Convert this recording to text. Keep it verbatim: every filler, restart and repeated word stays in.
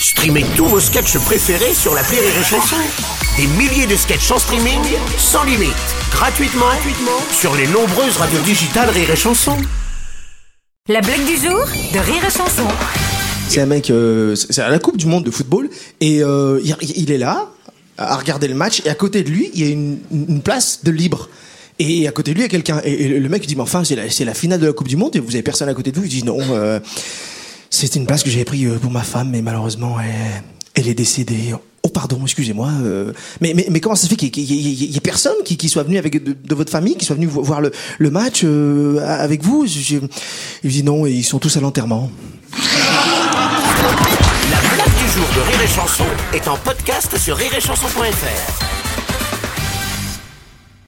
Streamez tous vos sketchs préférés sur l'appli Rire et Chanson. Des milliers de sketchs en streaming, sans limite, gratuitement, gratuitement sur les nombreuses radios digitales Rire et Chanson. La blague du jour de Rire et Chanson. C'est un mec, euh, c'est à la Coupe du Monde de football, et euh, il, il est là, à regarder le match, et à côté de lui, il y a une, une place de libre. Et à côté de lui, il y a quelqu'un. Et, et le mec dit, mais enfin, c'est la, c'est la finale de la Coupe du Monde, et vous avez personne à côté de vous. Il dit, non, euh, c'était une place que j'avais prise pour ma femme, mais malheureusement, elle, elle est décédée. Oh, pardon, excusez-moi. Euh, mais, mais, mais comment ça se fait qu'il y ait personne qui, qui soit venu avec de, de votre famille, qui soit venu voir le, le match euh, avec vous? Il dit, non, ils sont tous à l'enterrement. La blague du jour de Rire et Chanson est en podcast sur rire et chanson point f r.